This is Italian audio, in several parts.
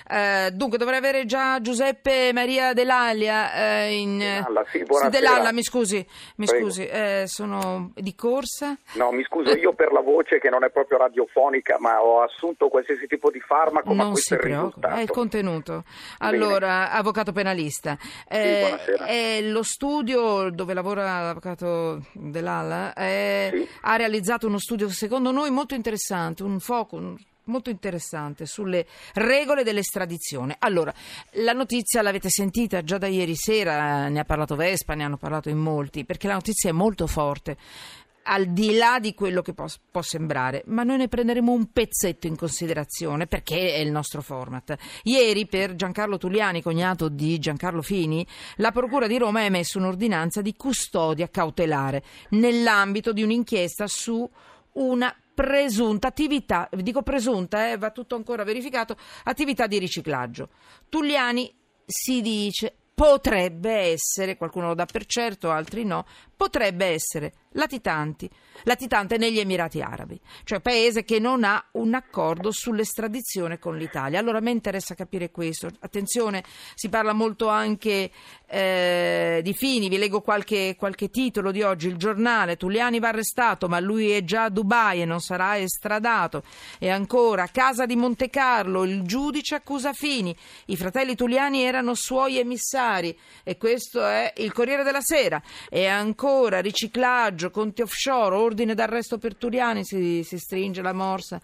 Dunque dovrei avere già Giuseppe Maria Dell'Alia sì, buonasera. Dell'Alla, mi scusi, sono di corsa. No, mi scuso io per la voce che non è proprio radiofonica, ma ho assunto qualsiasi tipo di farmaco, ma non questo si è il preoccupa, risultato. è il contenuto. Allora, Bene. avvocato penalista, buonasera. è lo studio dove lavora l'avvocato Dell'Alla, Sì. ha realizzato uno studio secondo noi molto interessante, un focus molto interessante sulle regole dell'estradizione. Allora, la notizia l'avete sentita già da ieri sera, ne ha parlato Vespa, ne hanno parlato in molti, perché la notizia è molto forte, al di là di quello che può sembrare, ma noi ne prenderemo un pezzetto in considerazione perché è il nostro format. Ieri, per Giancarlo Tulliani, cognato di Giancarlo Fini, la Procura di Roma ha emesso un'ordinanza di custodia cautelare nell'ambito di un'inchiesta su una presunta attività, dico presunta, va tutto ancora verificato, attività di riciclaggio. Tulliani, si dice, potrebbe essere, qualcuno lo dà per certo, altri no, potrebbe essere latitante negli Emirati Arabi, cioè paese che non ha un accordo sull'estradizione con l'Italia. Allora a me interessa capire questo. Attenzione, si parla molto anche di Fini, vi leggo qualche titolo di oggi, il Giornale: Tulliani va arrestato ma lui è già a Dubai e non sarà estradato. E ancora, Casa di Montecarlo, il giudice accusa Fini, i fratelli Tulliani erano suoi emissari, e questo è il Corriere della Sera. E ancora, riciclaggio, conti offshore, ordine d'arresto per Tulliani, si stringe la morsa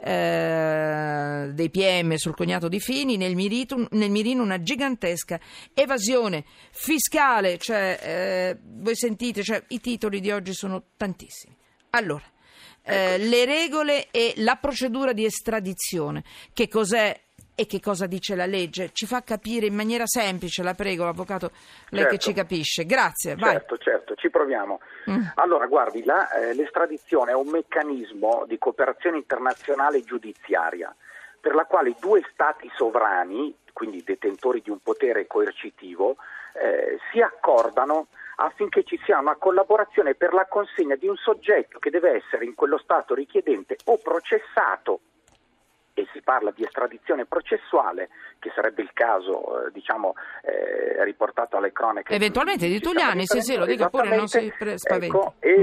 dei PM sul cognato di Fini, nel mirino una gigantesca evasione fiscale, cioè voi sentite, cioè, i titoli di oggi sono tantissimi. Allora, le regole e la procedura di estradizione, che cos'è e che cosa dice la legge? Ci fa capire in maniera semplice, la prego, avvocato, lei che ci capisce. Grazie, vai. Certo, ci proviamo. Allora, guardi, l'estradizione è un meccanismo di cooperazione internazionale giudiziaria per la quale due stati sovrani, quindi detentori di un potere coercitivo, si accordano affinché ci sia una collaborazione per la consegna di un soggetto che deve essere in quello stato richiedente o processato, e si parla di estradizione processuale, che sarebbe il caso, riportato alle cronache. Eventualmente di Tulliani, sì, lo dica pure, non si spaventi.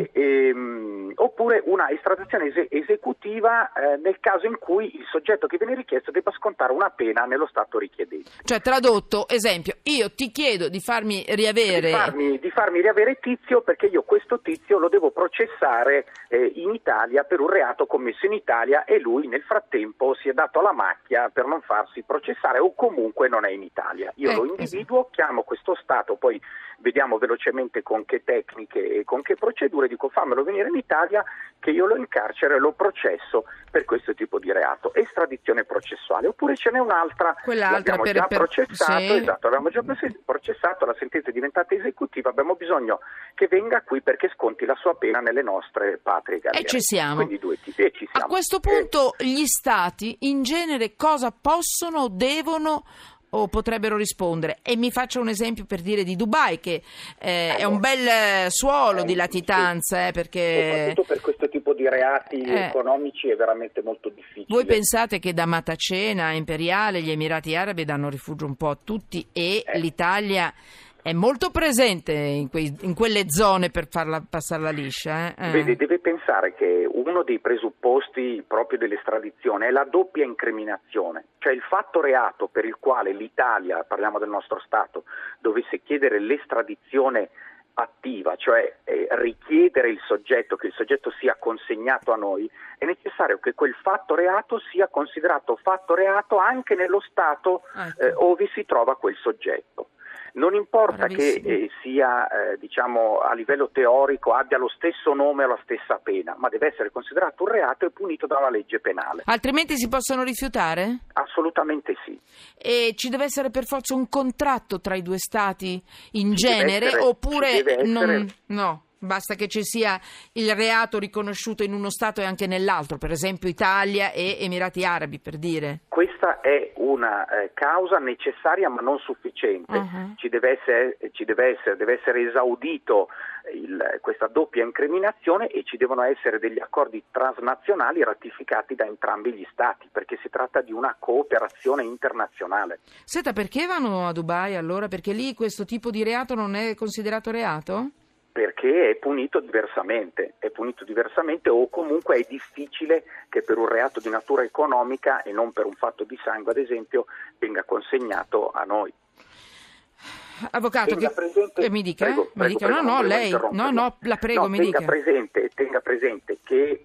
Oppure una estradizione esecutiva nel caso in cui il soggetto che viene richiesto debba scontare una pena nello stato richiedente. Cioè, tradotto, esempio, io ti chiedo di farmi riavere... Di farmi riavere Tizio, perché io questo Tizio lo devo processare in Italia per un reato commesso in Italia, e lui nel frattempo si è dato alla macchia per non farsi processare, o comunque non è in Italia. Io lo individuo, chiamo questo Stato, poi vediamo velocemente con che tecniche e con che procedure, dico fammelo venire in Italia che io lo incarcero e lo processo per questo tipo di reato. Estradizione processuale. Oppure ce n'è un'altra, l'abbiamo già processato, sì. Esatto, abbiamo già processato, la sentenza è diventata esecutiva, abbiamo bisogno che venga qui perché sconti la sua pena nelle nostre patrie galere. E ci siamo. Quindi due tipi, e ci siamo. A questo punto gli Stati in genere cosa possono, devono o potrebbero rispondere? E mi faccio un esempio per dire di Dubai, che è un bel suolo di latitanza, perché soprattutto per questo tipo di reati economici è veramente molto difficile. Voi pensate che da Matacena Imperiale gli Emirati Arabi danno rifugio un po' a tutti, e l'Italia è molto presente in quelle zone per farla passare la liscia. Vedi, deve pensare che uno dei presupposti proprio dell'estradizione è la doppia incriminazione, cioè il fatto reato per il quale l'Italia, parliamo del nostro Stato, dovesse chiedere l'estradizione attiva, cioè richiedere il soggetto, che il soggetto sia consegnato a noi, è necessario che quel fatto reato sia considerato fatto reato anche nello Stato ove si trova quel soggetto. Non importa che sia, a livello teorico abbia lo stesso nome o la stessa pena, ma deve essere considerato un reato e punito dalla legge penale. Altrimenti si possono rifiutare? Assolutamente sì. E ci deve essere per forza un contratto tra i due stati in genere, oppure no? Basta che ci sia il reato riconosciuto in uno Stato e anche nell'altro, per esempio Italia e Emirati Arabi, per dire. Questa è una causa necessaria ma non sufficiente. Deve essere esaudito questa doppia incriminazione e ci devono essere degli accordi transnazionali ratificati da entrambi gli Stati, perché si tratta di una cooperazione internazionale. Senta, perché vanno a Dubai allora? Perché lì questo tipo di reato non è considerato reato? Perché è punito diversamente o comunque è difficile che per un reato di natura economica e non per un fatto di sangue, ad esempio, venga consegnato a noi. Avvocato, mi dica, prego, lei, la prego, mi dica. Tenga presente che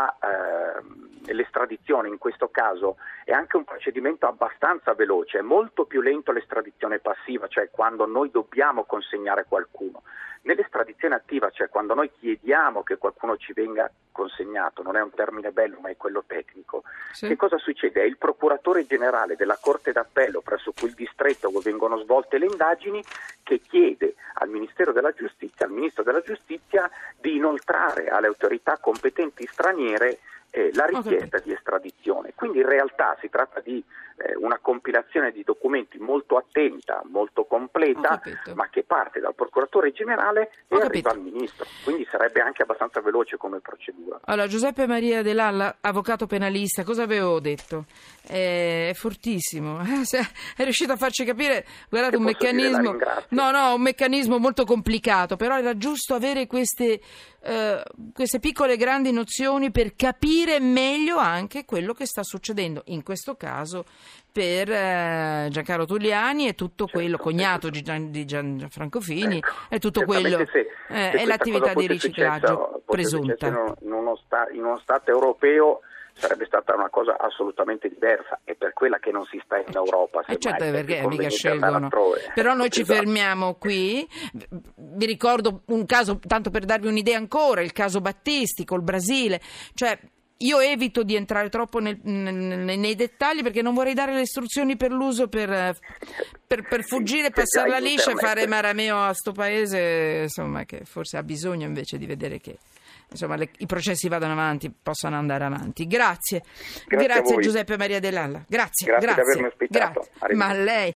l'estradizione in questo caso è anche un procedimento abbastanza veloce, è molto più lento l'estradizione passiva, cioè quando noi dobbiamo consegnare qualcuno. Nell'estradizione attiva, cioè quando noi chiediamo che qualcuno ci venga consegnato, non è un termine bello ma è quello tecnico, sì. Che cosa succede? È il procuratore generale della Corte d'Appello presso cui il distretto dove vengono svolte le indagini che chiede al Ministero della Giustizia, al Ministro della Giustizia, di inoltrare alle autorità competenti straniere la richiesta di estradizione. Quindi in realtà si tratta di una compilazione di documenti molto attenta, molto completa, ma che parte dal procuratore generale e arriva al ministro. Quindi sarebbe anche abbastanza veloce come procedura. Allora, Giuseppe Maria Dell'Alla, avvocato penalista, cosa avevo detto? È fortissimo. È riuscito a farci capire, guardate, un meccanismo. Un meccanismo molto complicato, però era giusto avere queste piccole grandi nozioni per capire meglio anche quello che sta succedendo in questo caso per Giancarlo Tuliani e tutto quello, cognato di Gianfranco Fini, e tutto quello è l'attività di riciclaggio presunta. In uno Stato europeo sarebbe stata una cosa assolutamente diversa, e per quella che non si sta in Europa. Certo, perché mica scelgono. Però noi ci fermiamo qui. Vi ricordo un caso, tanto per darvi un'idea ancora, il caso Battisti col Brasile. Cioè, io evito di entrare troppo nei dettagli perché non vorrei dare le istruzioni per l'uso per fuggire, passare la liscia e fare marameo a sto paese, insomma, che forse ha bisogno invece di vedere che i processi vadano avanti, possano andare avanti. Grazie Giuseppe Maria Dell'Alla. Grazie per avermi ospitato. Ma a lei.